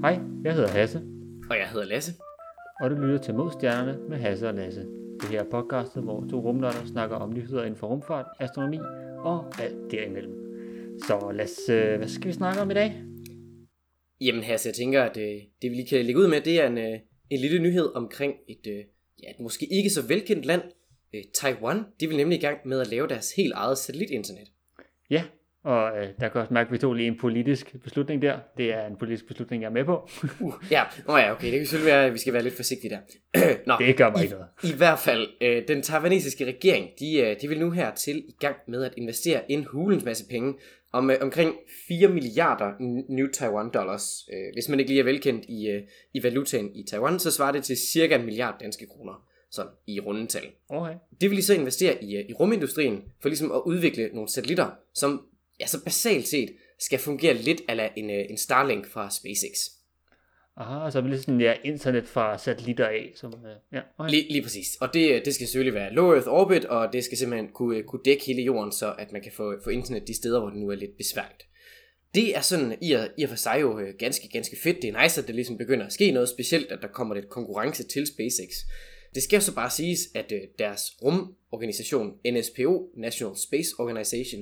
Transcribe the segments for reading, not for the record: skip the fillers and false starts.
Hej, jeg hedder Hasse, Og jeg hedder Lasse. og du lytter til Mod Stjernerne med Hasse og Lasse. Det her er podcastet, hvor to rumnørder snakker om nyheder inden for rumfart, astronomi og alt derimellem. Så Lasse, hvad skal vi snakke om i dag? Jamen Hasse, jeg tænker, at det vi lige kan lægge ud med, det er en lille nyhed omkring et måske ikke så velkendt land, Taiwan. De vil nemlig i gang med at lave deres helt eget satellitinternet. Ja, og der kan også mærke, at vi tog lige en politisk beslutning der. Det er en politisk beslutning, jeg er med på. Ja, okay, det kan selvfølgelig være, at vi skal være lidt forsigtige der. Nå, Det gør mig ikke noget. I hvert fald, den taiwanesiske regering, de vil nu her til i gang med at investere en hulens masse penge, omkring 4 milliarder New Taiwan dollars. Hvis man ikke lige er velkendt i valutaen i Taiwan, så svarer det til cirka 1 milliard danske kroner, sådan i rundetal. Okay. Det vil de så investere i rumindustrien, for ligesom at udvikle nogle satellitter, som så basalt set skal fungere lidt ala en Starlink fra SpaceX. Aha, så bliver det sådan internet fra satellitter af. Som, ja, okay. Lige præcis. Og det skal selvfølgelig være low Earth orbit, og det skal simpelthen kunne dække hele jorden, så at man kan få internet de steder, hvor det nu er lidt besværligt. Det er sådan i og for sig jo ganske fedt. Det er nice, at det ligesom begynder at ske noget specielt, at der kommer lidt konkurrence til SpaceX. Det skal jo så bare siges, at deres rumorganisation, NSPO, National Space Organization,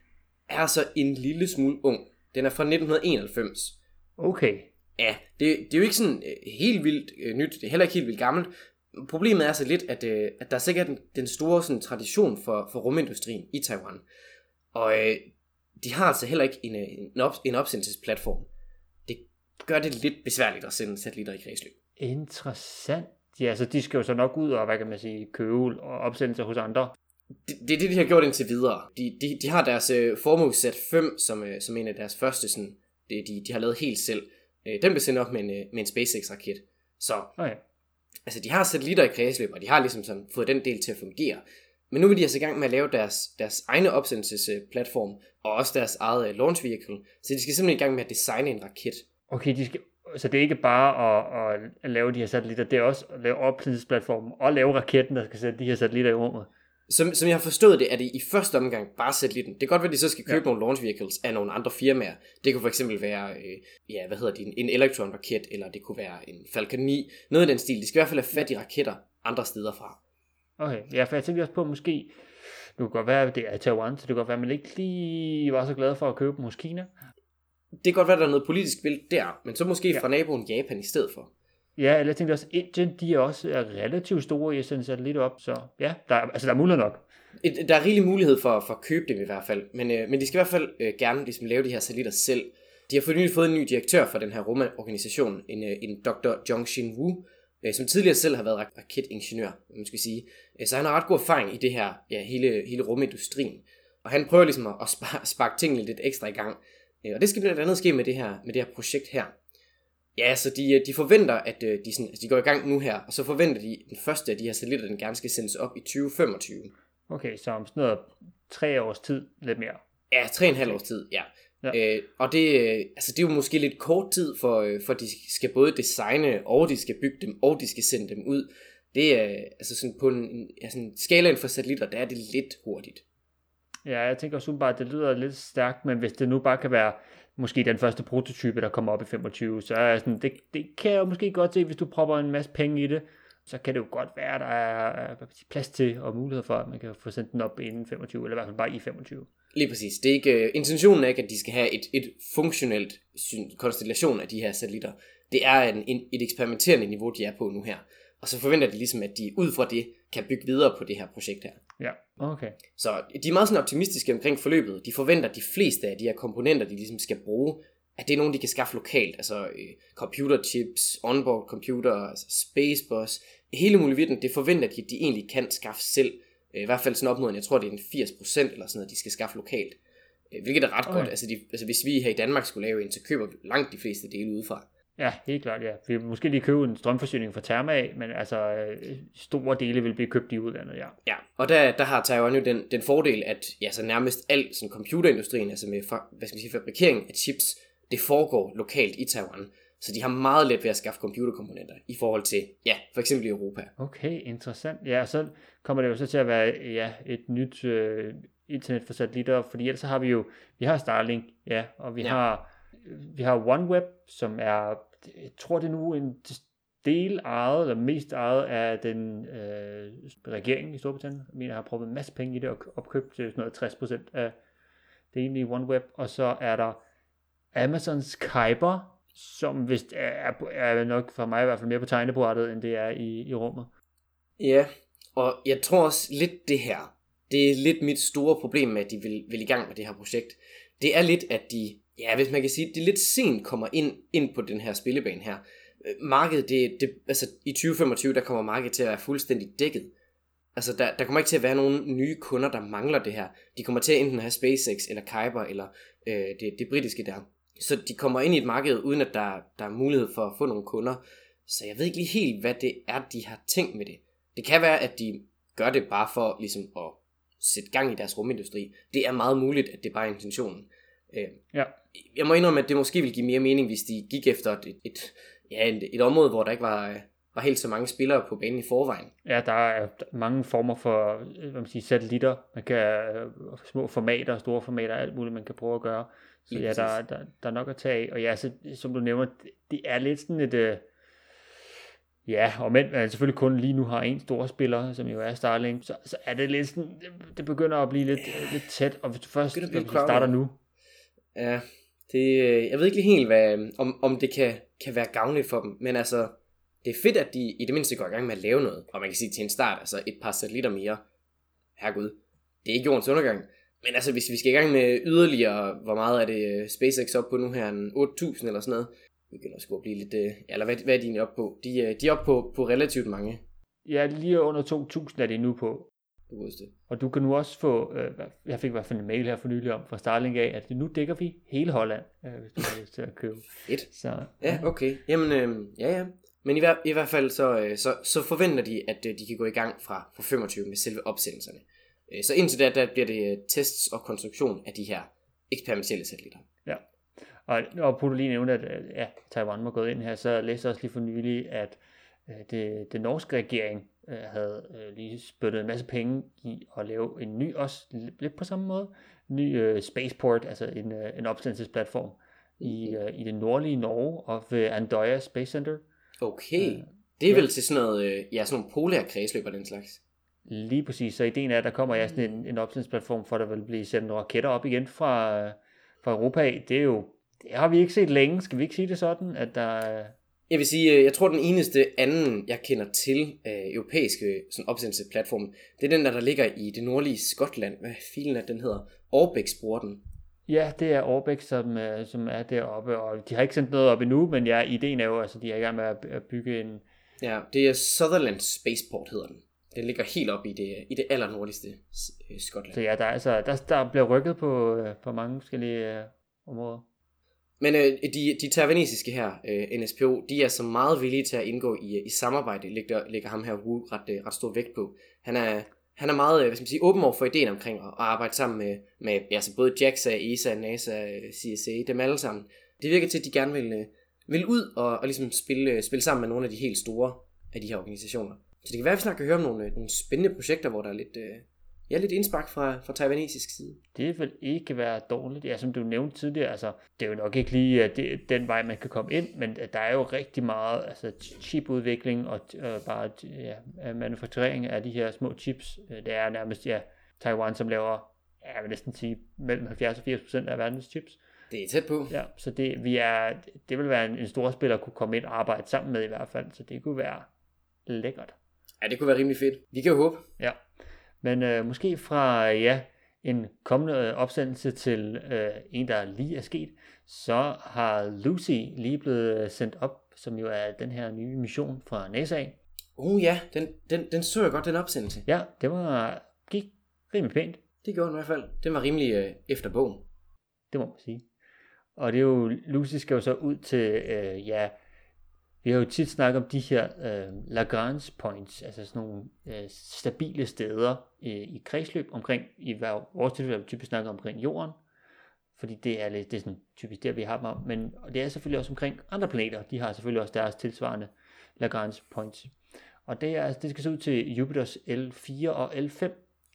er altså en lille smule ung. Den er fra 1991. Okay. Ja, det er jo ikke sådan helt vildt nyt, det er heller ikke helt vildt gammelt. Problemet er så lidt, at der er sikkert den store sådan, tradition for rumindustrien i Taiwan. Og de har altså heller ikke en opsendelsesplatform. Det gør det lidt besværligt at sende satellitter i kredsløb. Interessant. Ja, så de skal jo så nok ud og, hvad kan man sige, købe og opsende sig hos andre. Det er det, de har gjort indtil videre. De har deres Formoset 5 som en af deres første, sådan, de har lavet helt selv. Den blev sendt op med en SpaceX-raket. Så Okay. altså, de har satellitter i kredsløb, og de har ligesom sådan fået den del til at fungere. Men nu vil de altså i gang med at lave deres egne opsendelsesplatform, og også deres eget launch vehicle. Så de skal simpelthen i gang med at designe en raket. Okay, så det er ikke bare at lave de her satellitter, det er også at lave opsendelsesplatformen og lave raketten, der skal sætte de her satellitter i rummet. Som jeg har forstået det, er det i første omgang bare satellitten. Det kan godt være, at de så skal købe nogle launch vehicles af nogle andre firmaer. Det kunne for eksempel være en Electron-raket, eller det kunne være en Falcon 9. Noget af den stil. De skal i hvert fald have fat i raketter andre steder fra. Okay, ja, for jeg tænkte også på, måske, det kunne godt være, at det er Taiwan, så det kunne godt være, at man ikke lige var så glad for at købe dem hos Kina. Det kan godt være, at der er noget politisk spil der, men så måske fra naboen Japan i stedet for. Ja, eller jeg tænkte også, Indien, de er også relativt store i at sende satellitter op, så ja, der er mulighed nok. Der er rigelig mulighed for at købe dem i hvert fald, men de skal i hvert fald gerne ligesom lave de her satellitter selv. De har fået en ny direktør for den her rumorganisation, en Dr. Zhongxin Wu, som tidligere selv har været raketingeniør, man skal sige. Så han har ret god erfaring i det her, hele rumindustrien. Og han prøver ligesom at sparke tingene lidt ekstra i gang. Og det skal blandt andet ske med det her projekt her. Ja, så de forventer, at de går i gang nu her, og så forventer de den første af de her satellitter, den gerne skal sendes op i 2025. Okay, så om sådan noget 3 års tid, lidt mere. Ja, 3,5 års tid, ja. Og det er jo måske lidt kort tid, for de skal både designe, og de skal bygge dem, og de skal sende dem ud. Det er altså sådan på en skalaen for satellitter, der er det lidt hurtigt. Ja, jeg tænker også bare, at det lyder lidt stærkt, men hvis det nu bare kan være måske den første prototype, der kommer op i 25, så er sådan, det kan jeg jo måske godt se, hvis du propper en masse penge i det, så kan det jo godt være, at der er plads til og mulighed for, at man kan få sendt den op inden 25, eller i hvert fald bare i 25. Lige præcis. Det er ikke, intentionen er ikke, at de skal have et funktionelt konstellation af de her satellitter. Det er et eksperimenterende niveau, de er på nu her. Og så forventer de ligesom, at de ud fra det kan bygge videre på det her projekt her. Ja, okay. Så de er meget sådan optimistiske omkring forløbet. De forventer, at de fleste af de her komponenter, de ligesom skal bruge, at det er nogen, de kan skaffe lokalt. Altså computerchips, onboard computer, altså spacebus, hele muligheden. Det forventer de, at de egentlig kan skaffe selv. I hvert fald sådan op mod, jeg tror det er en 80% eller sådan noget, de skal skaffe lokalt. Hvilket er ret godt. Altså hvis vi her i Danmark skulle lave en, så køber vi langt de fleste dele udefra. Ja, helt klart, ja. Vi vil måske lige købe en strømforsyning fra Therma af, men altså store dele vil blive købt i udlandet, ja. Ja, og der har Taiwan jo den fordel, at så nærmest alt sådan computerindustrien, altså med fabrikering af chips, det foregår lokalt i Taiwan. Så de har meget let ved at skaffe computerkomponenter i forhold til, for eksempel i Europa. Okay, interessant. Ja, så kommer det jo så til at være et nyt internet for satellitter, fordi ellers så har vi har Starlink, og vi har OneWeb, som er jeg tror, det er nu en del ejet, eller mest ejet af den regering i Storbritannien. Jeg mener, har prøvet en masse penge i det og opkøbt sådan noget 60% af det egentlige OneWeb. Og så er der Amazons Kyber, som vist er nok for mig i hvert fald mere på tegnebrættet, end det er i rummet. Ja, og jeg tror også lidt det her, det er lidt mit store problem med, at de vil i gang med det her projekt. Det er lidt, at de, ja, hvis man kan sige, det lidt sent kommer ind på den her spillebane her. Markedet, altså i 2025, der kommer markedet til at være fuldstændig dækket. Altså der kommer ikke til at være nogen nye kunder, der mangler det her. De kommer til at enten have SpaceX eller Kyber eller det britiske der. Så de kommer ind i et marked, uden at der er mulighed for at få nogle kunder. Så jeg ved ikke lige helt, hvad det er, de har tænkt med det. Det kan være, at de gør det bare for ligesom at sætte gang i deres rumindustri. Det er meget muligt, at det bare er intentionen. Ja. Jeg må indrømme, at det måske ville give mere mening, hvis de gik efter et område, hvor der ikke var helt så mange spillere på banen i forvejen. Ja, der er mange former for satellitter. Man kan små formater, store formater, alt muligt, man kan prøve at gøre. Så ja, der er nok at tage af. Og ja, så, som du nævner, det er lidt sådan et... Ja, og men man selvfølgelig kun lige nu har en stor spiller, som jo er Starlink, så er det lidt sådan, det begynder at blive lidt tæt, og hvis du først starter nu. Ja, jeg ved ikke lige helt, om det kan være gavnligt for dem, men altså, det er fedt, at de i det mindste går i gang med at lave noget, og man kan sige til en start, altså et par satellitter mere, herregud, det er ikke jordens undergang, men altså hvis vi skal i gang med yderligere, hvor meget er det SpaceX op på nu her, 8.000 eller sådan noget, det begynder også at blive lidt, eller hvad er de egentlig op på? De er op på relativt mange. Ja, lige under 2.000 er de nu på. Det. Og du kan nu også få, jeg fik i hvert fald en mail her for nylig om fra Starlink af, at nu dækker vi hele Holland, hvis du har lyst til at købe. Så, ja, okay. Jamen, ja. Men i hvert fald så forventer de, at de kan gå i gang fra 25 med selve opsendelserne. Så indtil der bliver det tests og konstruktion af de her eksperimentelle satellitter. Ja. Og Putte lige nævnte, at Taiwan var gået ind her, så læste jeg også lige for nylig, at det norske regering havde lige spyttet en masse penge i at lave en ny, også lidt på samme måde, ny spaceport, altså en opsendelsesplatform i det nordlige Norge og ved Andøya Space Center. Okay, det er vel til sådan noget, sådan nogle polære kredsløb og den slags. Lige præcis, så ideen er, at der kommer sådan en opsendelsesplatform, for der vil blive sendt nogle raketter op igen fra Europa af. Det har vi ikke set længe, skal vi ikke sige det sådan, at der... Jeg vil sige, jeg tror den eneste anden, jeg kender til europæiske opsendelsesplatform, det er den der ligger i det nordlige Skotland. Hvad filen er den hedder? Orbex bruger den. Ja, det er Orbex, som er deroppe, og de har ikke sendt noget op endnu, men ja, ideen er jo, altså de er i gang med at bygge en... Ja, det er Sutherland Spaceport hedder den. Den ligger helt op i det allernordligste Skotland. Så ja, der bliver rykket på mange forskellige områder. Men de taiwanesiske her, NSPO, de er så meget villige til at indgå i samarbejde, ligger ham her Wu ret stor vægt på. Han er meget, åben over for ideen omkring at arbejde sammen med altså både JAXA, ESA, NASA, CSA, dem alle sammen. Det virker til, at de gerne vil ud og ligesom spille sammen med nogle af de helt store af de her organisationer. Så det kan være, at vi snart kan høre om nogle spændende projekter, hvor der er lidt indspark fra taiwanesisk side. Det vil ikke være dårligt. Ja, som du nævnte tidligere, altså, det er jo nok ikke lige den vej, man kan komme ind, men der er jo rigtig meget chipudvikling og bare manufakturering af de her små chips. Det er nærmest Taiwan, som laver, jeg vil næsten sige, mellem 70 og 80% af verdens chips. Det er tæt på. Ja, så det vil være en stor spiller at kunne komme ind og arbejde sammen med i hvert fald, så det kunne være lækkert. Ja, det kunne være rimelig fedt. Vi kan jo håbe. Ja. Men måske fra en kommende opsendelse til en, der lige er sket, så har Lucy lige blevet sendt op, som jo er den her nye mission fra NASA. Ja, den så jeg godt, den opsendelse. Ja, det gik rimelig pænt. Det gjorde den i hvert fald. Den var rimelig efter bogen. Det må man sige. Og det er jo, Lucy skal jo så ud til, vi har jo tit snakket om de her Lagrange points, altså sådan nogle stabile steder i kredsløb omkring, i vores tilfælde vi typisk snakker omkring jorden, fordi det er sådan typisk der, vi har dem om, men det er selvfølgelig også omkring andre planeter, de har selvfølgelig også deres tilsvarende Lagrange points. Og det skal se ud til Jupiters L4 og L5,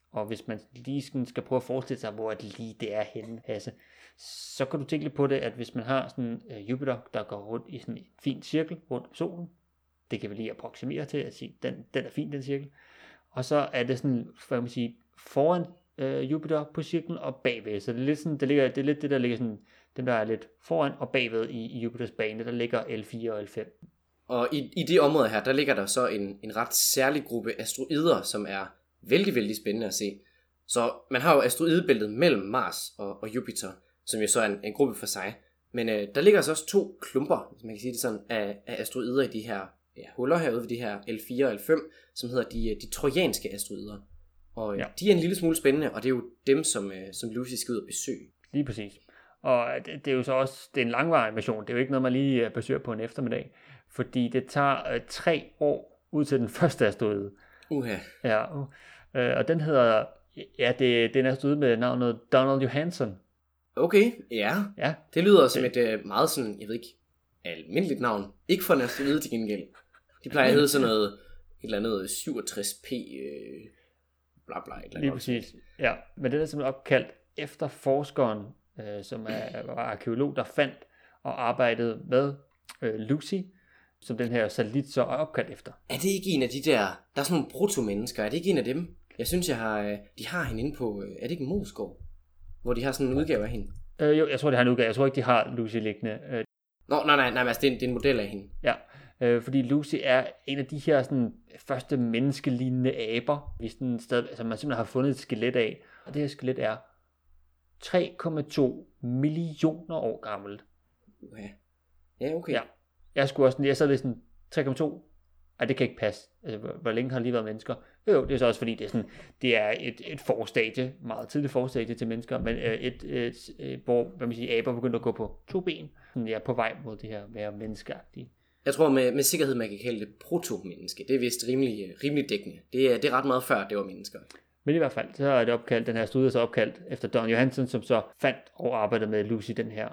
Og hvis man lige skal prøve at forestille sig, hvor det lige det er henne, Hasse, så kan du tænke lidt på det, at hvis man har sådan Jupiter, der går rundt i sådan en fin cirkel rundt om solen, det kan vi lige approximere til at sige, den er fin, den cirkel. Og så er det sådan, hvad man sige, foran Jupiter på cirklen og bagved. Så det er lidt sådan, det er lidt det, der ligger sådan, dem der er lidt foran og bagved i Jupiters bane, der ligger L4 og L5. Og i det område her, der ligger der så en ret særlig gruppe asteroider, som er vældig, vældig spændende at se. Så man har jo asteroidebæltet mellem Mars og Jupiter, som jo så er en gruppe for sig. Men der ligger så også 2 klumper, hvis man kan sige det sådan, af asteroider i de her huller herude ved de her L4 og L5, som hedder de trojanske asteroider. Og de er en lille smule spændende, og det er jo dem, som Lucy skal ud og besøge. Lige præcis. Og det er jo så også, det er en langvarig mission. Det er jo ikke noget, man lige besøger på en eftermiddag. Fordi det tager 3 år ud til den første asteroide. Ja, og den hedder, den er asteroide med navnet Donald Johanson. Okay, ja. Det lyder som et meget sådan, jeg ved ikke, almindeligt navn. Ikke for en asteroide til gengæld. De plejer at hedde sådan noget, et eller andet 67P, bla bla. Lige præcis, ja. Men den er simpelthen opkaldt efter forskeren, som var arkeolog, der fandt og arbejdede med Lucy, som den her satellit så er opkaldt efter. Er det ikke en af de der er sådan nogle proto-mennesker, er det ikke en af dem? Jeg synes, de har hende inde på, er det ikke Moskov, hvor de har sådan en udgave af hende? Jo, jeg tror, det har en udgave. Jeg tror ikke, de har Lucy liggende. Nej, altså det er en model af hende. Ja, fordi Lucy er en af de her sådan, første menneskelignende aber, man simpelthen har fundet et skelet af. Og det her skelet er 3,2 millioner år gammelt. Ja, okay. Ja. Jeg sad lidt sådan, 3,2? Ej, det kan ikke passe. Altså, hvor længe har lige været mennesker? Jo, det er så også fordi, det er et forstadie, meget tidligt forstadie til mennesker, men hvor, hvad man siger, aber begynder at gå på 2 ben. Jeg er på vej mod det her være menneskeagtige. Jeg tror med sikkerhed, man kan kalde det proto-menneske. Det er vist rimelig dækkende. Det er ret meget før, det var mennesker. Men i hvert fald, så er det opkaldt, den her studie så opkaldt efter Don Johansen, som så fandt og arbejdede med Lucy, den her,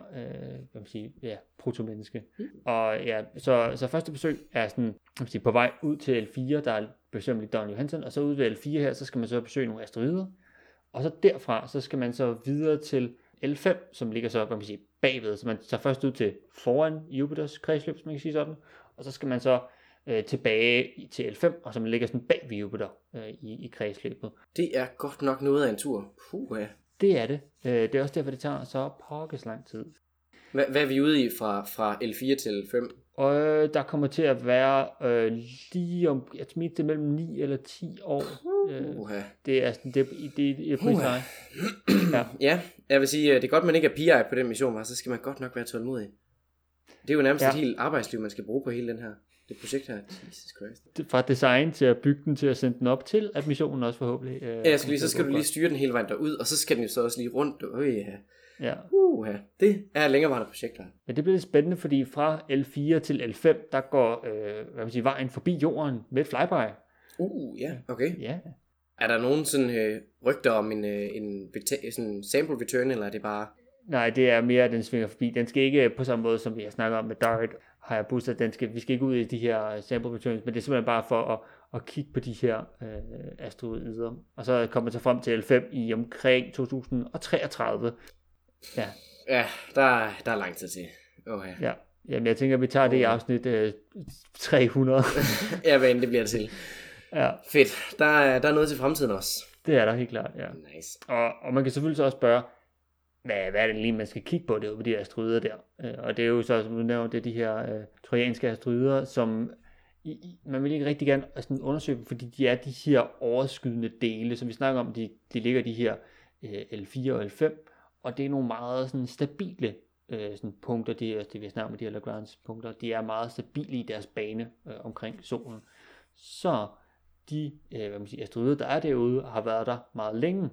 proto-menneske. Og ja, så første besøg er sådan, på vej ud til L4, der er besøgelig Don Johansen, og så ud ved L4 her, så skal man så besøge nogle asteroider, og så derfra, så skal man så videre til L5, som ligger så, bagved, så man tager først ud til foran Jupiters kredsløb, som man kan sige sådan, og så skal man så tilbage til L5, og som ligger sådan bag ved Jupiter i kredsløbet. Det er godt nok noget af en tur. Det er det. Det er også derfor, det tager så pokkes lang tid. Hvad er vi ude i fra L4 til L5? Og der kommer til at være lige om, jeg tror det er mellem 9 eller 10 år. Det er sådan, det er på sig. Ja, jeg vil sige, det er godt, man ikke er PI på den mission, så skal man godt nok være tålmodig. Det er jo nærmest et helt arbejdsliv, man skal bruge på hele det projekt her. Jesus Christ. Fra design til at bygge den, til at sende den op til, at missionen også forhåbentlig... så skal du lige styre den hele vejen derud, og så skal den jo så også lige rundt. Ja. Det er længerevarende projekter. Men det bliver lidt spændende, fordi fra L4 til L5, der går vejen forbi jorden med et flyby. Okay. Ja. Er der nogen sådan rygter om en sådan sample return, eller er det bare... Nej, det er mere, at den svinger forbi. Den skal ikke på samme måde, som vi har snakket om med DART, Hayabusa. Vi skal ikke ud i de her sample returns, men det er simpelthen bare for at kigge på de her asteroider. Og så kommer så frem til L5 i omkring 2033. Ja. Ja, der er lang tid til. Ja. Jamen, jeg tænker, vi tager det i afsnit 300. Ja, hvad end det bliver til. Ja. Fedt. Der er noget til fremtiden også. Det er der helt klart, ja. Nice. Og man kan selvfølgelig så også spørge, hvad er det lige, man skal kigge på det på de her asteroider der? Og det er jo så, som du nævnte, det er de her trojanske asteroider, som man vil ikke rigtig gerne sådan undersøge, fordi de er de her overskydende dele, som vi snakker om, de ligger de her L4 og L5, og det er nogle meget sådan stabile sådan punkter, det vi snakker om, de her Lagrange punkter, de er meget stabile i deres bane omkring solen. Så de asteroider, der er derude, har været der meget længe.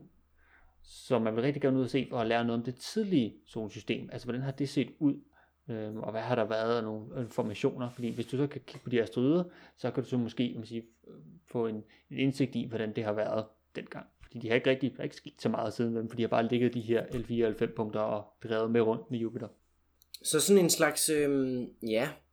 Så man vil rigtig gerne ud og se og lære noget om det tidlige solsystem. Altså, hvordan har det set ud? Og hvad har der været af nogle informationer? Fordi hvis du så kan kigge på de asteroider, så kan du så måske få en indsigt i, hvordan det har været dengang. Fordi de har ikke sket så meget siden, for de har bare ligget de her L4 og L5 punkter og drevet med rundt med Jupiter. Så sådan en slags,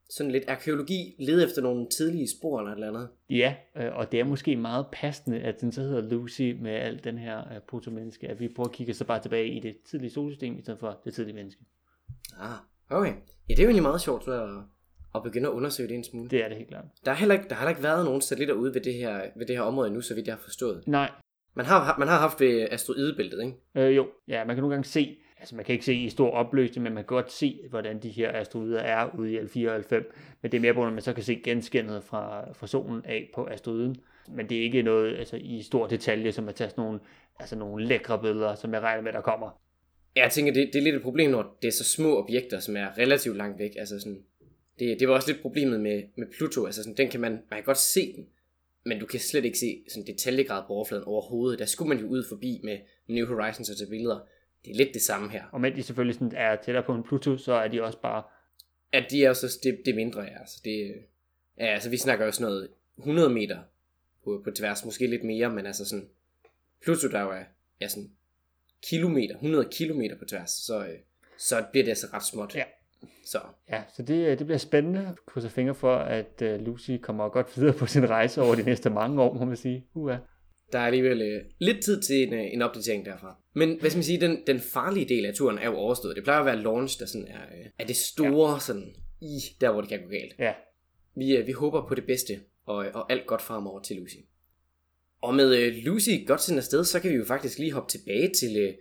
sådan lidt arkeologi, lede efter nogle tidlige spor eller et eller andet. Ja, og det er måske meget passende, at den så hedder Lucy med alt den her protomenneske, at vi prøver at kigge så bare tilbage i det tidlige solsystem, i stedet for det tidlige menneske. Okay. Ja, det er jo egentlig meget sjovt at begynde at undersøge det en smule. Det er det helt klart. Der har heller ikke været nogen satellitter ude ved det her område endnu, så vidt jeg har forstået. Nej. Man har haft ved asteroidebæltet, ikke? Jo, ja, man kan nogle gange se, altså man kan ikke se i stor opløsning, men man kan godt se, hvordan de her asteroider er ude i L4-L5, men det er mere på, at man så kan se genskinnet fra solen af på asteroiden. Men det er ikke noget altså, i stor detalje, som at tage sådan nogle lækre billeder, som jeg regner med, der kommer. Jeg tænker, det er lidt et problem, når det er så små objekter, som er relativt langt væk. Altså sådan, det var også lidt problemet med Pluto. Altså sådan, den kan man kan godt se den, men du kan slet ikke se sådan detaljegrad på overfladen overhovedet. Der skulle man jo ud forbi med New Horizons og til billeder. Det er lidt det samme her. Og men de selvfølgelig sådan er tættere på en Pluto, så er de også bare... At de er også det mindre, ja. Altså vi snakker jo sådan noget 100 meter på tværs, måske lidt mere, men altså sådan Pluto, der jo er sådan kilometer, 100 kilometer på tværs, så bliver det altså ret småt. Ja. Så det bliver spændende. Krydser fingre for, at Lucy kommer godt videre på sin rejse over de næste mange år, må man sige. Der er alligevel lidt tid til en opdatering derfra. Men hvad skal man sige, den farlige del af turen er jo overstået. Det plejer at være launch, der sådan er det store, sådan der hvor det kan gå galt. Ja. Vi håber på det bedste, og alt godt fremover til Lucy. Og med Lucy godt sendt afsted, så kan vi jo faktisk lige hoppe tilbage til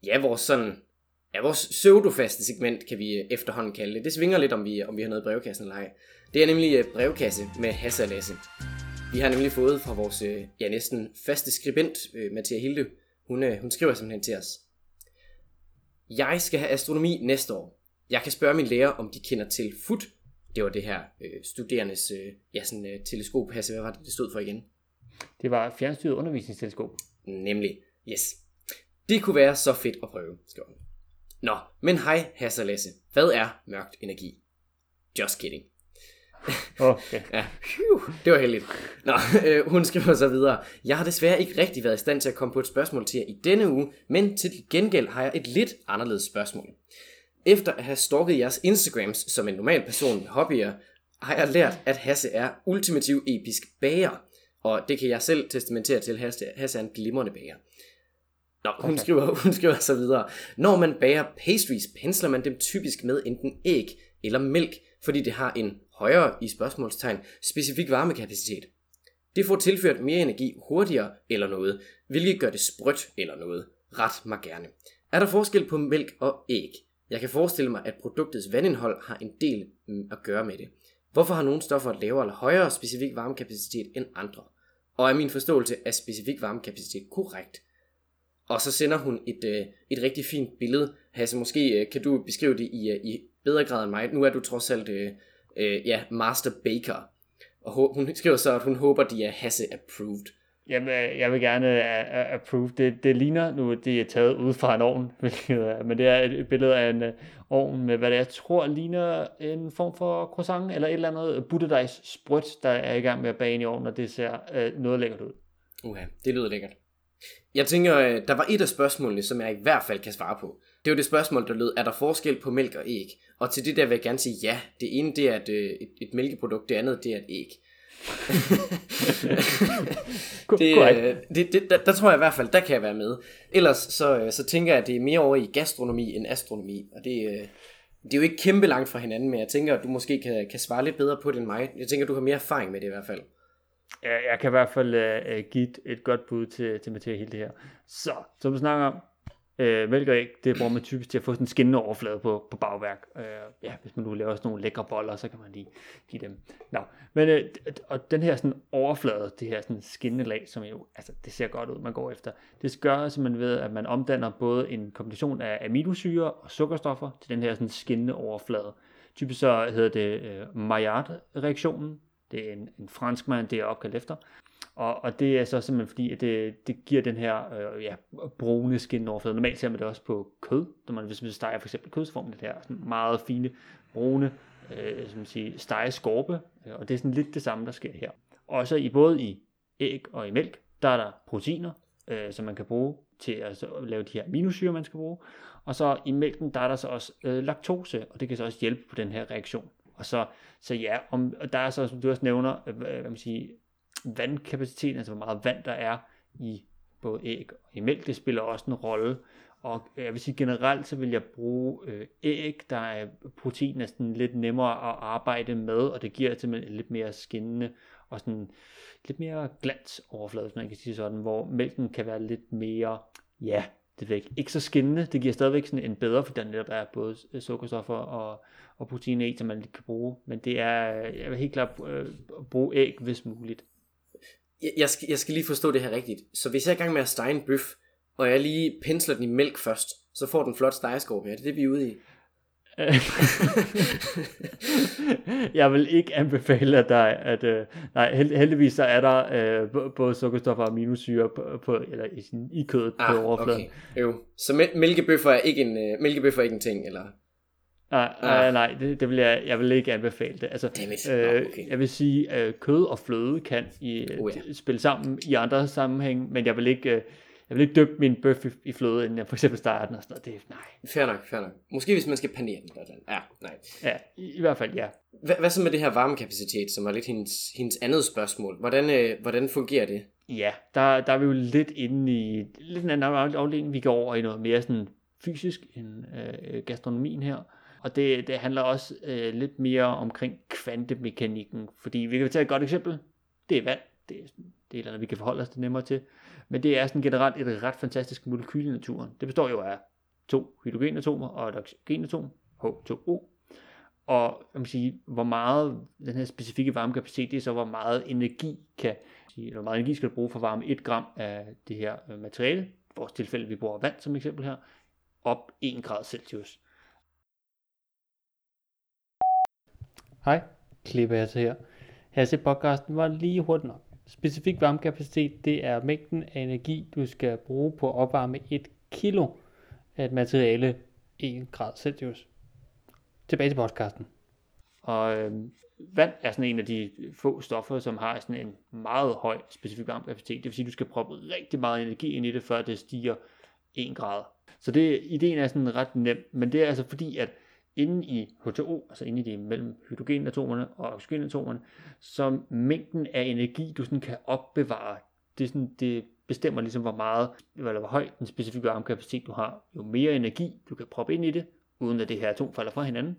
vores pseudofaste segment, kan vi efterhånden kalde det. Det svinger lidt, om vi har noget i brevkassen eller ej. Det er nemlig brevkasse med Hasse og Lasse. Vi har nemlig fået fra vores næsten faste skribent, Mathia Hilde. Hun skriver simpelthen til os. Jeg skal have astronomi næste år. Jeg kan spørge min lærer, om de kender til FUT. Det var det her studerendes teleskop. Hasse, hvad var det stod for igen? Det var fjernstyret undervisningsteleskop. Nemlig, yes. Det kunne være så fedt at prøve, skriver hun. Nå, men hej Hasse og Lasse. Hvad er mørkt energi? Just kidding. Okay. Ja, det var heldigt. Nå, hun skriver så videre. Jeg har desværre ikke rigtig været i stand til at komme på et spørgsmål til jer i denne uge, men til gengæld har jeg et lidt anderledes spørgsmål. Efter at have stalket jeres Instagrams som en normal person med hobbyer, har jeg lært, at Hasse er ultimativ episk bager. Og det kan jeg selv testamentere til. Hasse er en glimrende bager. Nå, hun skriver så videre. Når man bager pastries, pensler man dem typisk med enten æg eller mælk, fordi det har en højere i spørgsmålstegn specifik varmekapacitet. Det får tilført mere energi hurtigere eller noget, hvilket gør det sprødt eller noget. Ret mig gerne. Er der forskel på mælk og æg? Jeg kan forestille mig, at produktets vandindhold har en del at gøre med det. Hvorfor har nogle stoffer lavere eller højere specifik varmekapacitet end andre? Og er min forståelse af specifik varmekapacitet korrekt? Og så sender hun et rigtig fint billede. Hasse, måske kan du beskrive det i bedre grad end mig. Nu er du trods alt master baker. Og hun skriver så, at hun håber, de er Hasse approved. Jamen, jeg vil gerne approve. Det ligner nu, det er taget ud fra en ovn, men det er et billede af en ovn med, hvad det jeg tror ligner en form for croissant, eller et eller andet butterdejs sprødt, der er i gang med at bage i ovnen, og det ser noget lækkert ud. Okay, det lyder lækkert. Jeg tænker, der var et af spørgsmålene, som jeg i hvert fald kan svare på. Det var det spørgsmål, der lød, er der forskel på mælk og æg? Og til det der vil jeg gerne sige ja. Det ene, det er et mælkeprodukt, det andet, det er et æg. Der tror jeg i hvert fald, der kan jeg være med. Ellers så tænker jeg, at det er mere over i gastronomi end astronomi. Og det er jo ikke kæmpe langt fra hinanden, men jeg tænker, at du måske kan svare lidt bedre på det end mig. Jeg tænker, at du har mere erfaring med det i hvert fald. Jeg kan i hvert fald give et godt bud til Mathia Hilde her. Så, som du snakker om, mælk og æg, det bruger man typisk til at få sådan en skinnende overflade på bagværk. Hvis man nu laver sådan nogle lækre boller, så kan man lige give dem. Nå, men og den her sådan overflade, det her sådan skinnende lag, som jo, altså det ser godt ud, man går efter. Det gør simpelthen ved, at man omdanner både en kombination af aminosyre og sukkerstoffer til den her sådan skinnende overflade. Typisk så hedder det Maillard-reaktionen. Det er en franskmand, det er opkaldt efter. Og det er så simpelthen fordi, at det giver den her brune skinoverflade. Normalt ser man det også på kød, når man hvis man steger for eksempel kødsformen, det her sådan meget fine brune stegeskorpe. Og det er sådan lidt det samme, der sker her. Og så både i æg og i mælk, der er der proteiner, som man kan bruge til at lave de her aminosyre, man skal bruge. Og så i mælken, der er der så også laktose, og det kan så også hjælpe på den her reaktion. Og så ja, og der er så, som du også nævner, hvad man siger, vandkapaciteten, altså hvor meget vand der er i både æg og i mælk, det spiller også en rolle. Og jeg vil sige generelt, så vil jeg bruge æg, der er protein næsten lidt nemmere at arbejde med, og det giver simpelthen lidt mere skinnende og sådan lidt mere glansoverflade, hvis man kan sige sådan, hvor mælken kan være lidt mere, ja, det ved ikke så skinnende. Det giver stadigvæk sådan en bedre, for der netop er både sukkerstoffer og protein i, som man kan bruge. Men det er, jeg vil helt klart bruge æg, hvis muligt. Jeg skal lige forstå det her rigtigt. Så hvis jeg er i gang med at stege en bøf, og jeg lige pensler den i mælk først, så får den flot stegeskorpe. Er det det, vi er ude i? Jeg vil ikke anbefale dig, at nej, heldigvis så er der både sukkerstoffer og aminosyre eller i kødet på overfladen. Okay. Jo. Så mælkebøffer er ikke en ting, eller? Nej, det vil jeg vil ikke anbefale det. Altså, okay. Jeg vil sige, at kød og fløde kan spille sammen i andre sammenhæng, men jeg vil ikke døbe min bøf i fløde, inden jeg for eksempel starter den og sådan noget. Det er, nej. Fair nok. Måske hvis man skal panere den. Ja, nej. Ja, i hvert fald, ja. Hvad så med det her varmekapacitet, som var lidt hendes andet spørgsmål? Hvordan fungerer det? Ja, der er vi jo lidt inde i lidt en anden afdeling. Vi går over i noget mere sådan fysisk end gastronomien her. Og det handler også lidt mere omkring kvantemekanikken. Fordi vi kan tage et godt eksempel. Det er vand. Det er et eller andet, vi kan forholde os det nemmere til. Men det er sådan generelt et ret fantastisk molekyl i naturen. Det består jo af 2 hydrogenatomer og et oxygenatom, H2O. Og man kan sige, hvor meget den her specifikke varmekapacitet, det er så, hvor meget energi skal du bruge for at varme 1 gram af det her materiale. I vores tilfælde, vi bruger vand som eksempel her, op 1 grad Celsius. Hej, Klipper jeg til her. Her til podcasten var lige hurtigt nok. Specifik varmekapacitet, det er mængden af energi, du skal bruge på at opvarme 1 kilo af et materiale 1 grad Celsius. Tilbage til podcasten. Og vand er sådan en af de få stoffer, som har sådan en meget høj specifik varmekapacitet. Det vil sige, at du skal proppe rigtig meget energi ind i det, før det stiger 1 grad. Så ideen er sådan ret nem, men det er altså fordi, at inde i H2O, altså inde i de mellem hydrogenatomerne og oxygenatomerne, så mængden af energi, du sådan kan opbevare, det bestemmer ligesom, hvor høj den specifikke varmekapacitet du har. Jo mere energi du kan proppe ind i det, uden at det her atom falder fra hinanden,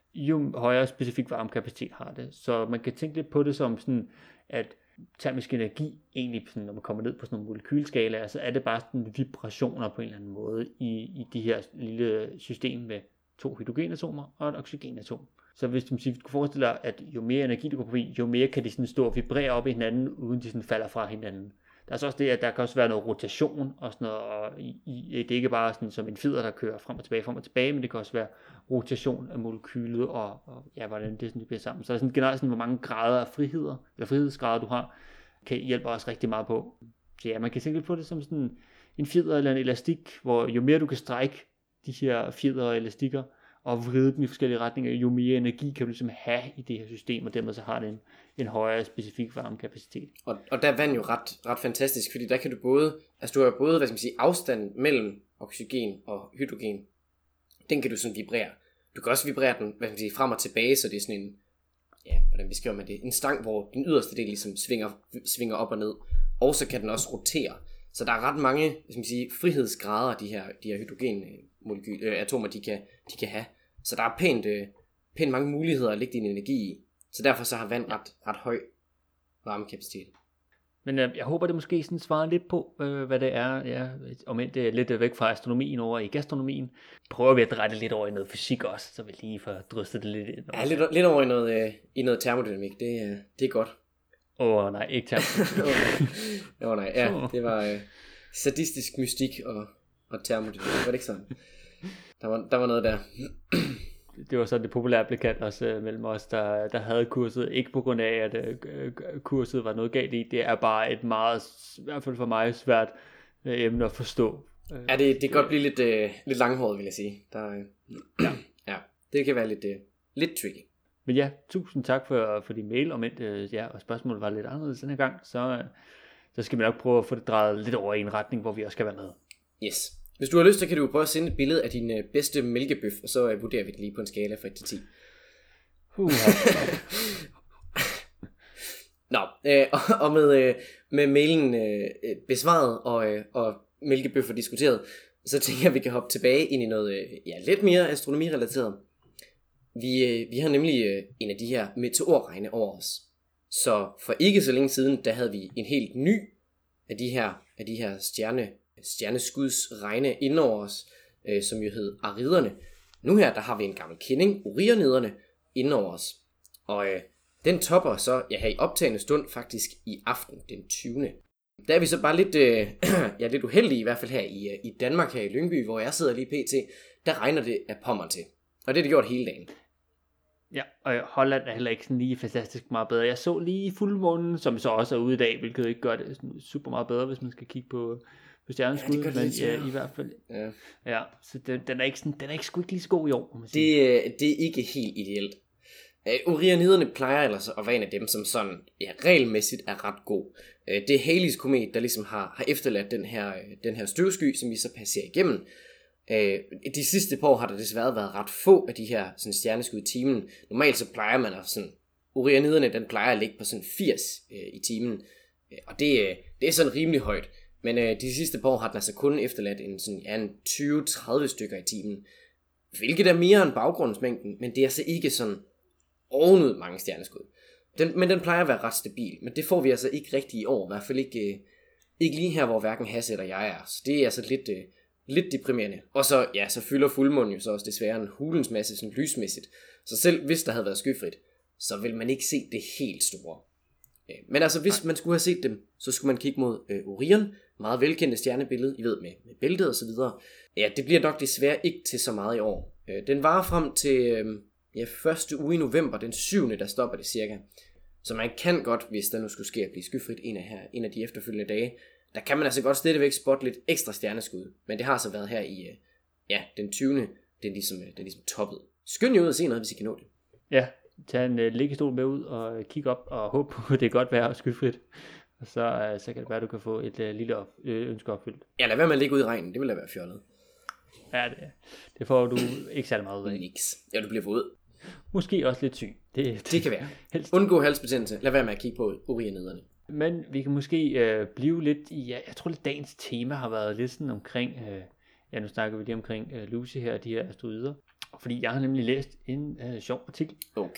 jo højere specifik varmekapacitet har det. Så man kan tænke lidt på det som sådan, at termisk energi, egentlig sådan, når man kommer ned på sådan nogle molekylskalaer, så er det bare sådan vibrationer på en eller anden måde i de her lille system med 2 hydrogenatomer og et oxygenatom. Så hvis du kunne forestille dig, at jo mere energi du går på, jo mere kan de sådan stå og vibrere op i hinanden, uden de sådan falder fra hinanden. Der er så også det, at der kan også være noget rotation og sådan noget, og det er ikke bare sådan som en fjeder, der kører frem og tilbage, men det kan også være rotation af molekylet og hvordan det sådan bliver sammen. Så sådan generelt sådan, hvor mange grader af frihedsgrader du har, kan hjælpe også rigtig meget på. Så ja, man kan tænke lidt på det som sådan en fjeder eller en elastik, hvor jo mere du kan strække de her fjeder og elastikker og vride dem i forskellige retninger, jo mere energi kan du ligesom have i det her system, og dermed så har det en højere specifik varmekapacitet. Og der er vand jo ret fantastisk, fordi der kan du både, altså du har både, afstand mellem oxygen og hydrogen, den kan du sådan vibrere. Du kan også vibrere den, frem og tilbage, så det er sådan en, hvordan beskriver man det, en stang, hvor den yderste del ligesom svinger op og ned, og så kan den også rotere. Så der er ret mange, frihedsgrader, de her hydrogenatomer, de kan have. Så der er pænt mange muligheder at lægge din energi i. Så derfor så har vand ret høj varmekapacitet. Men jeg håber, det måske sådan svarer lidt på, hvad det er. Ja, om end det er lidt væk fra astronomien over i gastronomien. Prøver vi at dreje det lidt over i noget fysik også, så vi lige får drystet det lidt ind. Ja, lidt over i noget termodynamik. Det er godt. Nej, ikke termodynamik. Nej, ja, det var sadistisk mystik og termodynamik. Var det ikke sådan? Der var noget der. Det var så det populære blev kaldt også mellem os, der havde kurset. Ikke på grund af, at kurset var noget galt i. Det er bare et meget, i hvert fald for mig, svært emne at forstå. Ja, det kan godt blive lidt langhåret, vil jeg sige. Ja, det kan være lidt tricky. Men ja, tusind tak for din mail, og spørgsmålet var lidt anderledes denne gang, så skal vi nok prøve at få det drejet lidt over i en retning, hvor vi også skal være med. Yes. Hvis du har lyst, så kan du prøve at sende et billede af din bedste mælkebøf, og så vurderer vi det lige på en skala fra 1 til 10. Nå, og med mailen besvaret og mælkebøffer diskuteret, så tænker jeg, at vi kan hoppe tilbage ind i noget lidt mere astronomirelateret. Vi har nemlig en af de her meteorregne over os. Så for ikke så længe siden, der havde vi en helt ny af de her stjerneskudsregne inden over os, som jo hed Ariderne. Nu her, der har vi en gammel kending, Orioniderne, inden over os. Og den topper så, her i optagende stund, faktisk i aften, den 20. Der er vi så bare lidt uheldige, i hvert fald her i Danmark, her i Lyngby, hvor jeg sidder lige pt. Der regner det af Pommern til. Og det er det gjort hele dagen. Ja, og Holland er heller ikke sådan lige fantastisk meget bedre. Jeg så lige fuldmånen, som så også er ude i dag, hvilket ikke gør det super meget bedre, hvis man skal kigge på stjerneskud, men i hvert fald. Ja, så den er ikke sgu ikke lige så god i år, må man sige. Det er ikke helt ideelt. Orioniderne plejer ellers at være en af dem, som sådan regelmæssigt er ret god. Det er Halley's komet, der ligesom har efterladt den her støvsky, som vi så passerer igennem. De sidste par år har der desværre været ret få af de her sådan, stjerneskud i timen. Normalt så plejer man at sådan, Orioniderne, den plejer at ligge på sådan 80 i timen. Og det er sådan rimelig højt. Men de sidste par år har den altså kun efterladt en 20-30 stykker i timen. Hvilket er mere end baggrundsmængden, men det er altså ikke sådan ovenud mange stjerneskud. Men den plejer at være ret stabil, men det får vi altså ikke rigtig i år. I hvert fald ikke lige her, hvor hverken Hasse eller jeg er. Så det er altså lidt deprimerende. Og så fylder fuldmånen jo så også desværre en hulens masse sådan lysmæssigt. Så selv hvis der havde været skyfrit, så vil man ikke se det helt store. Men altså hvis man skulle have set dem, så skulle man kigge mod Orion. Meget velkendte stjernebillede, I ved, med bæltet og så videre. Ja, det bliver nok desværre ikke til så meget i år. Den varer frem til første uge i november, den 7. der stopper det cirka. Så man kan godt, hvis der nu skulle ske at blive skyfrit en af de efterfølgende dage, der kan man altså godt stadigvæk spotte lidt ekstra stjerneskud. Men det har så været her i den 20. Den er ligesom toppet. Skynd jer ud og se noget, hvis I kan nå det. Ja, tag en liggestol med ud og kig op og håb på, at det er godt vejr og skyfrit. Og så kan det være, at du kan få et lille ønske opfyldt. Ja, lad være med at ligge ud i regnen. Det vil da være fjollet. Ja, det får du ikke særlig meget ud af. Niks. Ja, du bliver våd. Måske også lidt syg. Det kan være. Helst. Undgå halsbetændelse. Lad være med at kigge på Orioniderne. Men vi kan måske blive lidt i, jeg tror lidt dagens tema har været lidt sådan omkring, nu snakker vi lige omkring Lucy her, de her asteroider. Fordi jeg har nemlig læst en sjov artikel,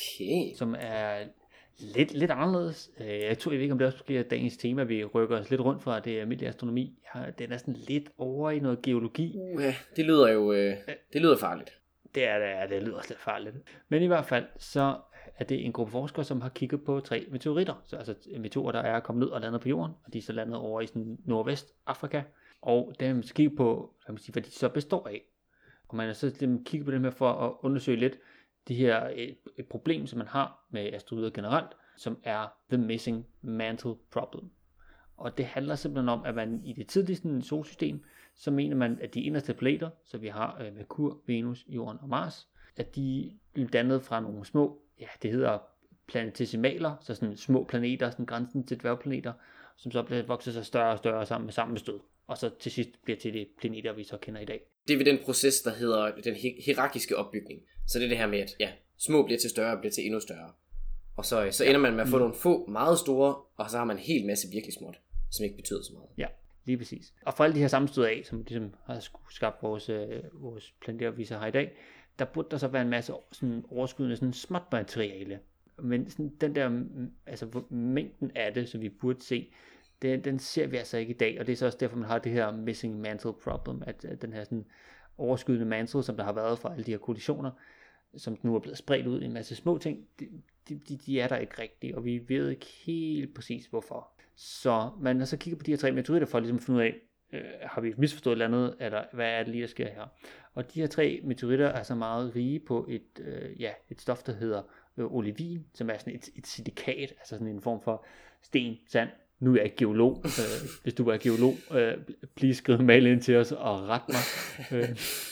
som er lidt anderledes. Jeg ved ikke, om det også bliver dagens tema, vi rykker os lidt rundt fra det almindelige astronomi. Den er sådan lidt over i noget geologi. Det lyder jo det lyder farligt. Det lyder også lidt farligt. Men i hvert fald, så er det en gruppe forskere, som har kigget på 3 meteoritter. Så altså meteorer, der er kommet ned og landet på jorden, og de er så landet over i sådan nordvest Afrika. Og der har man kigget på, hvad de så består af. Og man har så kigget på dem her for at undersøge lidt de her et problem, som man har med asteroider generelt, som er the missing mantle problem. Og det handler simpelthen om, at man i det tidligste solsystem, så mener man, at de inderste planeter, så vi har Merkur, Venus, Jorden og Mars, at de blev dannet fra nogle små, det hedder planetesimaler, så sådan små planeter, sådan grænsen til dværgplaneter, som så bliver vokset sig større og større sammen med sammenstød, og så til sidst bliver til de planeter, vi så kender i dag. Det er ved den proces, der hedder den hierarkiske opbygning. Så det er det her med, at små bliver til større og bliver til endnu større. Og så ender man med at få nogle få meget store, og så har man en hel masse virkelig småt, som ikke betyder så meget. Ja, lige præcis. Og for alle de her sammenstød af, som ligesom har skabt vores planeter, vi så har i dag, der burde der så være en masse sådan overskydende sådan småt materiale. Men sådan den der, altså mængden af det, som vi burde se, den ser vi altså ikke i dag, og det er så også derfor, man har det her missing mantle problem, at den her sådan overskydende mantle, som der har været fra alle de her kollisioner, som nu er blevet spredt ud i en masse små ting, de er der ikke rigtigt, og vi ved ikke helt præcis hvorfor. Så man har så kigget på de her 3 meteoritter for at ligesom finde ud af, har vi misforstået et eller andet, eller hvad er det lige, der sker her. Og de her 3 meteoritter er så meget rige på et stof, der hedder olivin, som er sådan et silikat, altså sådan en form for sten, sand. Nu er jeg ikke geolog. Hvis du er geolog, please skriv en mail ind til os og ret mig.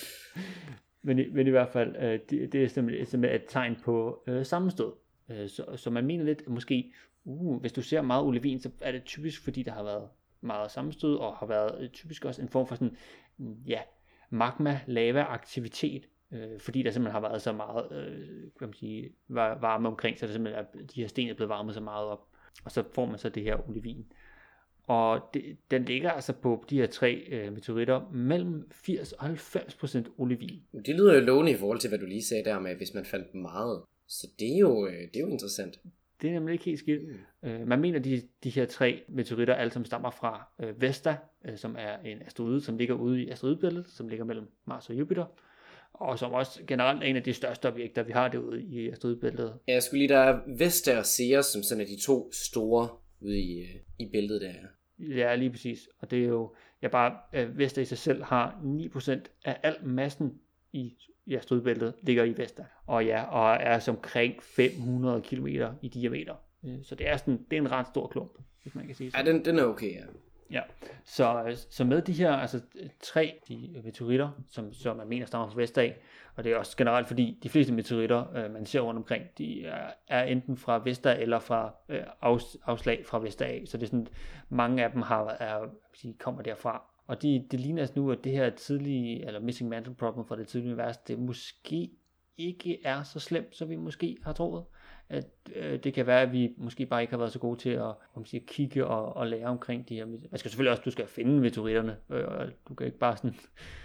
Men i hvert fald, det er simpelthen et tegn på sammenstød. Så man mener lidt, måske, hvis du ser meget olivin, så er det typisk, fordi der har været meget sammenstød, og har været typisk også en form for sådan, magma-lava-aktivitet fordi der simpelthen har været så meget kan man sige, varme omkring, så det simpelthen de her sten er blevet varmet så meget op, og så får man så det her olivin. Og den ligger altså på de her 3 meteoritter mellem 80 og 90% olivin. Det lyder jo lovende i forhold til, hvad du lige sagde der med, hvis man fandt meget. Så det er jo interessant. Det er nemlig ikke helt skidt. Man mener, de her 3 meteoritter alle sammen stammer fra Vesta, som er en asteroide, som ligger ude i asteroidebæltet, som ligger mellem Mars og Jupiter, og som også generelt er en af de største objekter, vi har derude i asteroidebæltet. Ja, jeg skulle lige, der er Vesta og Ceres, som sådan er de 2 store ude i bæltet der. Ja, lige præcis. Og det er jo, Vesta i sig selv har 9% af al massen i asteroidebæltet ligger i Vesta. Og er som omkring 500 km i diameter. Så det er en ret stor klump, hvis man kan sige sådan. Ja, den er okay, ja. Ja, så med de her 3 meteoritter, som man mener stammer fra Vesta af, og det er også generelt fordi de fleste meteoritter, man ser rundt omkring, de er enten fra Vesta eller fra afslag fra Vesta af, så det er sådan, mange af dem kommer derfra. Og det ligner nu, at det her tidlige, eller missing mantle problem fra det tidlige univers, det måske ikke er så slemt, som vi måske har troet. At det kan være, at vi måske bare ikke har været så gode til at kigge og lære omkring de her. Man skal selvfølgelig også, du skal finde meteoritterne, og du kan ikke bare sådan.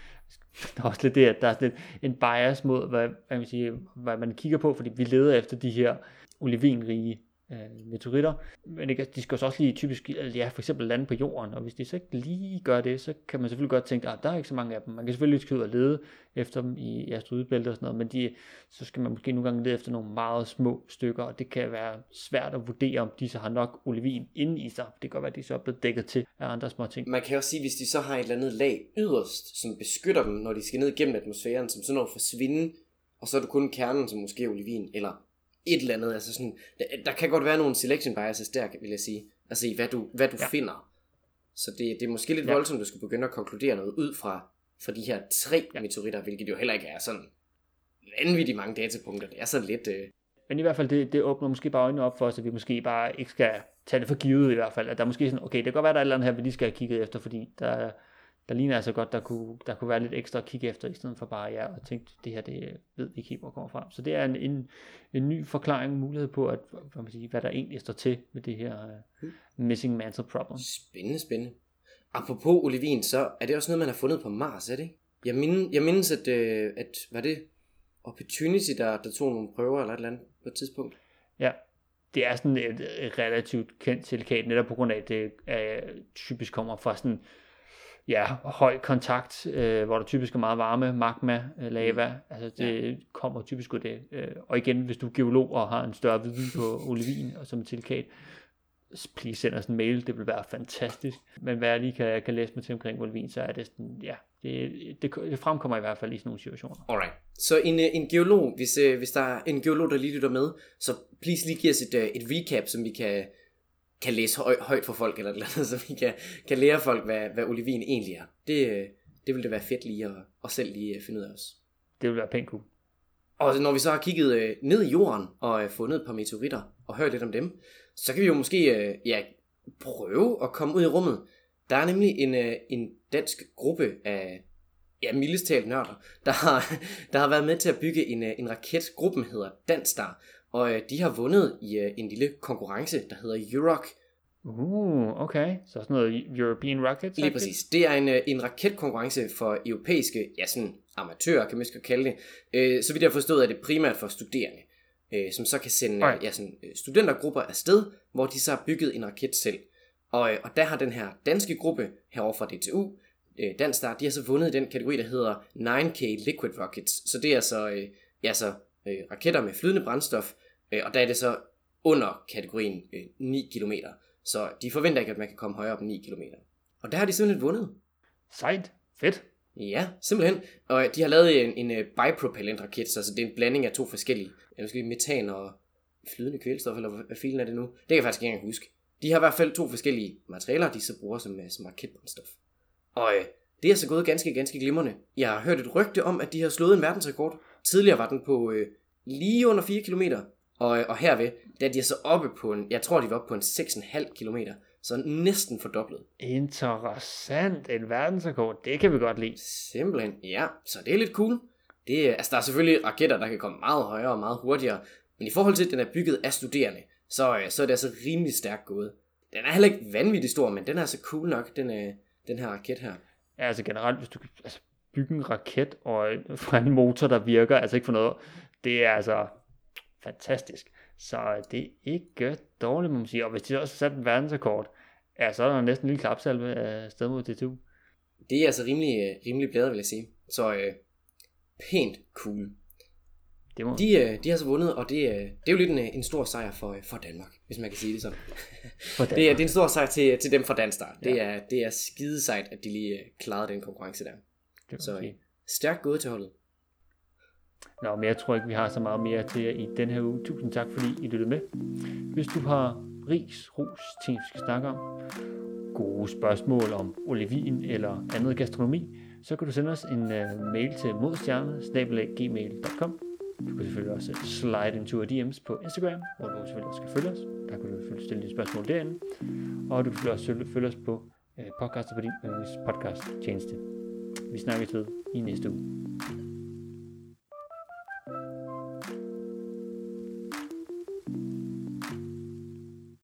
Der er også lidt det, at der er sådan en bias mod, hvad man kigger på, fordi vi leder efter de her olivinrige meteoritter, men de skal også lige typisk, for eksempel lande på jorden, og hvis de så ikke lige gør det, så kan man selvfølgelig godt tænke, at der er ikke så mange af dem. Man kan selvfølgelig ikke ud og lede efter dem i asteroidebælter og sådan noget, men så skal man måske nogle gange lede efter nogle meget små stykker, og det kan være svært at vurdere, om de så har nok olivin inde i sig. Det kan godt være, at de så er blevet dækket til af andre små ting. Man kan også sige, hvis de så har et eller andet lag yderst, som beskytter dem, når de skal ned gennem atmosfæren, som så når forsvinde, og så er det kun kernen, som måske er olivin, eller et eller andet, altså sådan, der kan godt være nogle selection biases der, vil jeg sige, altså i hvad du finder. Så det er måske lidt voldsomt, at du skal begynde at konkludere noget ud fra de her 3 meteoritter, hvilket jo heller ikke er sådan vanvittigt mange datapunkter. Det er sådan lidt. Men i hvert fald, det åbner måske bare øjnene op for os, at vi måske bare ikke skal tage det for givet i hvert fald. At der er måske sådan, okay, det kan godt være, der er et eller andet her, vi lige skal have kigget efter, fordi der ligner altså godt, der kunne være lidt ekstra at kigge efter, i stedet for bare og tænke, det her, det ved vi ikke helt, hvor kommer fra. Så det er en ny forklaring, mulighed på, at, hvad der egentlig står til med det her missing mantle problem. Spændende. Apropos olivin, så er det også noget, man har fundet på Mars, er det ikke? Jeg mindes, at var det Opportunity, der tog nogle prøver eller et eller andet på et tidspunkt? Ja, det er sådan et relativt kendt silikat, netop på grund af, at det typisk kommer fra sådan høj kontakt, hvor der typisk er meget varme, magma, lava, altså det kommer typisk ud det. Og igen, hvis du er geolog og har en større viden på olivin og som et silikat, please send os en mail, det vil være fantastisk. Men hvad jeg lige kan læse mig til omkring olivin, så er det sådan, det fremkommer i hvert fald i sådan nogle situationer. Alright, så en geolog, hvis der er en geolog, der lige lytter med, så please lige giv os et recap, som vi kan læse højt for folk, eller noget, så vi kan lære folk, hvad olivin egentlig er. Det vil det være fedt lige at selv lige finde ud af os. Det vil være pænt cool. Og når vi så har kigget ned i jorden, og fundet et par meteoritter, og hørt lidt om dem, så kan vi jo måske prøve at komme ud i rummet. Der er nemlig en dansk gruppe af mildest talt nørder, der har været med til at bygge en raket. Gruppen hedder Danstar, og de har vundet i en lille konkurrence, der hedder EUROC. Okay. Så sådan noget European Rocket? Lige præcis. Det er en raketkonkurrence for europæiske, sådan amatører, kan man måske kalde det. Så vidt jeg har forstået, er det primært for studerende, som så kan sende studentergrupper afsted, hvor de så har bygget en raket selv. Og der har den her danske gruppe herovre fra DTU, Danstar, de har så vundet i den kategori, der hedder 9K Liquid Rockets. Så det er så raketter med flydende brændstof, og der er det så under kategorien 9 km. Så de forventer ikke, at man kan komme højere op end 9 km. Og der har de simpelthen vundet. Sejt. Fedt. Ja, simpelthen. Og de har lavet en bipropellant raket, så det er en blanding af 2 forskellige, metan og flydende kvælstof, eller hvad filen er det nu? Det kan jeg faktisk ikke engang huske. De har i hvert fald 2 forskellige materialer, de så bruger som raketbrændstof. Og det er så gået ganske, ganske glimrende. Jeg har hørt et rygte om, at de har slået en verdensrekord. Tidligere var den på lige under 4 km. Og herved, da de er så oppe på jeg tror de var oppe på en 6,5 km. Så næsten fordoblet. Interessant. En verdensrekord, det kan vi godt lide. Simpelthen, ja. Så det er lidt cool. Altså, der er selvfølgelig raketter, der kan komme meget højere og meget hurtigere, men i forhold til, at den er bygget af studerende, så er det altså rimelig stærkt gået. Den er heller ikke vanvittigt stor, men den er altså cool nok, den her raket her. Ja, altså generelt, hvis du kan bygge en raket og fra en motor, der virker, altså ikke for noget, det er altså fantastisk. Så det er ikke dårligt, må man sige. Og hvis de også har sat en verdensrekord, ja, så er der næsten en lille klapsalve af sted mod DTU. Det er altså rimelig bladet, vil jeg sige. Så pænt cool. De har så vundet, og det er jo lidt en stor sejr for Danmark, hvis man kan sige det sådan. Det er en stor sejr til dem fra Danstar. Ja. Det er skide sejt, at de lige klarede den konkurrence der. Så stærkt gået til holdet. Nå, men jeg tror ikke, vi har så meget mere til jer i den her uge. Tusind tak, fordi I lyttede med. Hvis du har ros, ting, vi skal snakke om, gode spørgsmål om olivin eller andet gastronomi, så kan du sende os en mail til modstjerne@gmail.com. Du kan selvfølgelig også slide into DM's på Instagram, hvor du selvfølgelig også kan følge os. Der kan du selvfølgelig stille dine spørgsmål derinde. Og du kan også følge os på podcaster på din podcast tjeneste. Vi snakkes ved i næste uge.